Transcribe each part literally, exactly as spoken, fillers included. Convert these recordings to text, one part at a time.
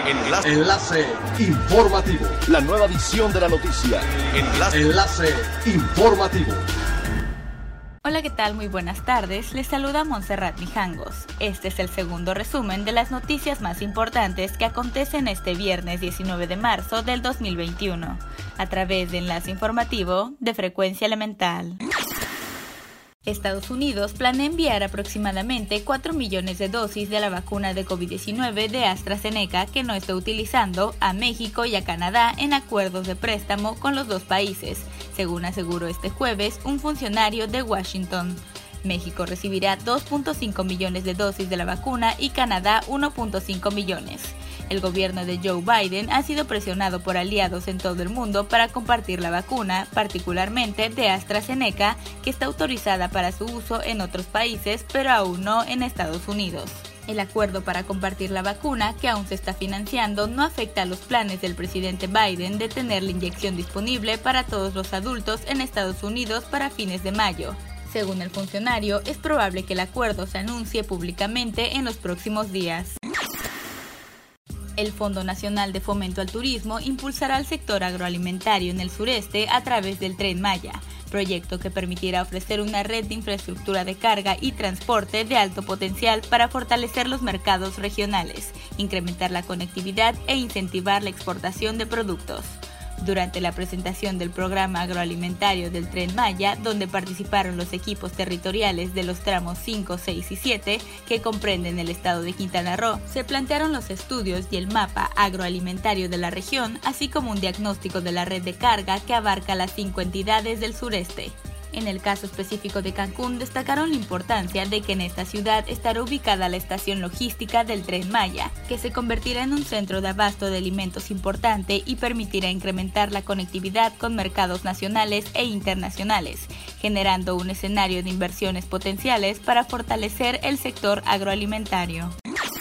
Enlace. Enlace informativo. La nueva edición de la noticia. Enlace. Enlace informativo. Hola, ¿qué tal? Muy buenas tardes. Les saluda Montserrat Mijangos. Este es el segundo resumen de las noticias más importantes que acontecen este viernes diecinueve de marzo del dos mil veintiuno, a través de Enlace Informativo de Frecuencia Elemental. Estados Unidos planea enviar aproximadamente cuatro millones de dosis de la vacuna de COVID diecinueve de AstraZeneca que no está utilizando a México y a Canadá en acuerdos de préstamo con los dos países, según aseguró este jueves un funcionario de Washington. México recibirá dos punto cinco millones de dosis de la vacuna y Canadá uno punto cinco millones. El gobierno de Joe Biden ha sido presionado por aliados en todo el mundo para compartir la vacuna, particularmente de AstraZeneca, que está autorizada para su uso en otros países, pero aún no en Estados Unidos. El acuerdo para compartir la vacuna, que aún se está financiando, no afecta a los planes del presidente Biden de tener la inyección disponible para todos los adultos en Estados Unidos para fines de mayo. Según el funcionario, es probable que el acuerdo se anuncie públicamente en los próximos días. El Fondo Nacional de Fomento al Turismo impulsará el sector agroalimentario en el sureste a través del Tren Maya, proyecto que permitirá ofrecer una red de infraestructura de carga y transporte de alto potencial para fortalecer los mercados regionales, incrementar la conectividad e incentivar la exportación de productos. Durante la presentación del programa agroalimentario del Tren Maya, donde participaron los equipos territoriales de los tramos cinco, seis y siete, que comprenden el estado de Quintana Roo, se plantearon los estudios y el mapa agroalimentario de la región, así como un diagnóstico de la red de carga que abarca las cinco entidades del sureste. En el caso específico de Cancún, destacaron la importancia de que en esta ciudad estará ubicada la estación logística del Tren Maya, que se convertirá en un centro de abasto de alimentos importante y permitirá incrementar la conectividad con mercados nacionales e internacionales, generando un escenario de inversiones potenciales para fortalecer el sector agroalimentario.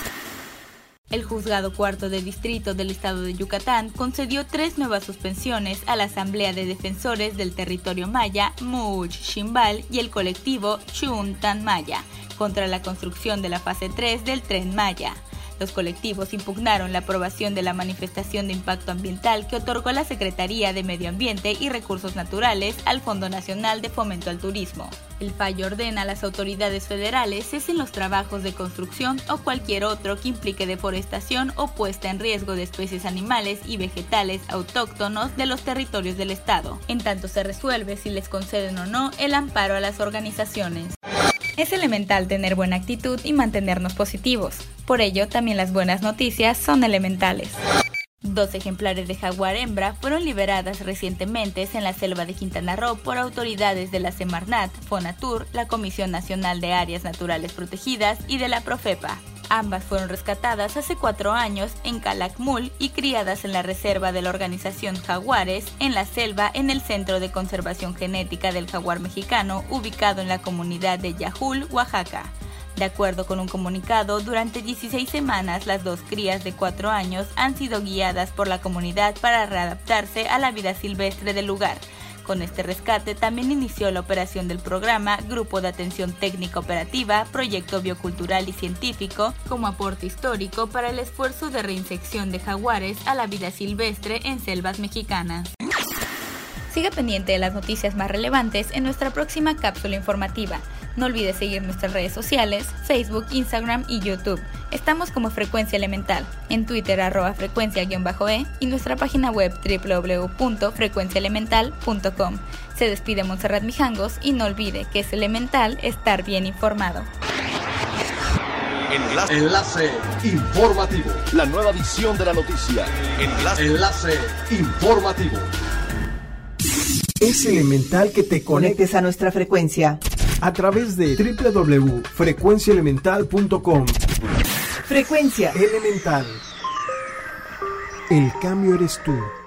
El Juzgado Cuarto de Distrito del Estado de Yucatán concedió tres nuevas suspensiones a la Asamblea de Defensores del Territorio Maya, Much Ximbal, y el colectivo Chuntan Maya, contra la construcción de la fase tres del Tren Maya. Los colectivos impugnaron la aprobación de la manifestación de impacto ambiental que otorgó la Secretaría de Medio Ambiente y Recursos Naturales al Fondo Nacional de Fomento al Turismo. El fallo ordena a las autoridades federales cesen los trabajos de construcción o cualquier otro que implique deforestación o puesta en riesgo de especies animales y vegetales autóctonos de los territorios del Estado, en tanto se resuelve si les conceden o no el amparo a las organizaciones. Es elemental tener buena actitud y mantenernos positivos. Por ello, también las buenas noticias son elementales. Dos ejemplares de jaguar hembra fueron liberadas recientemente en la selva de Quintana Roo por autoridades de la Semarnat, Fonatur, la Comisión Nacional de Áreas Naturales Protegidas y de la Profepa. Ambas fueron rescatadas hace cuatro años en Calakmul y criadas en la reserva de la organización Jaguares, en la selva en el Centro de Conservación Genética del Jaguar Mexicano, ubicado en la comunidad de Yajul, Oaxaca. De acuerdo con un comunicado, durante dieciséis semanas las dos crías de cuatro años han sido guiadas por la comunidad para readaptarse a la vida silvestre del lugar. Con este rescate también inició la operación del programa Grupo de Atención Técnica Operativa, Proyecto Biocultural y Científico, como aporte histórico para el esfuerzo de reinsección de jaguares a la vida silvestre en selvas mexicanas. Siga pendiente de las noticias más relevantes en nuestra próxima cápsula informativa. No olvides seguir nuestras redes sociales, Facebook, Instagram y YouTube. Estamos como Frecuencia Elemental, en Twitter arroba frecuencia-e y nuestra página web doble u doble u doble u punto frecuencia elemental punto com. Se despide Montserrat Mijangos y no olvide que es elemental estar bien informado. Enlace. Enlace informativo. La nueva edición de la noticia. Enlace. Enlace informativo. Es elemental que te conectes a nuestra frecuencia a través de doble u doble u doble u punto frecuencia elemental punto com. Frecuencia Elemental. El cambio eres tú.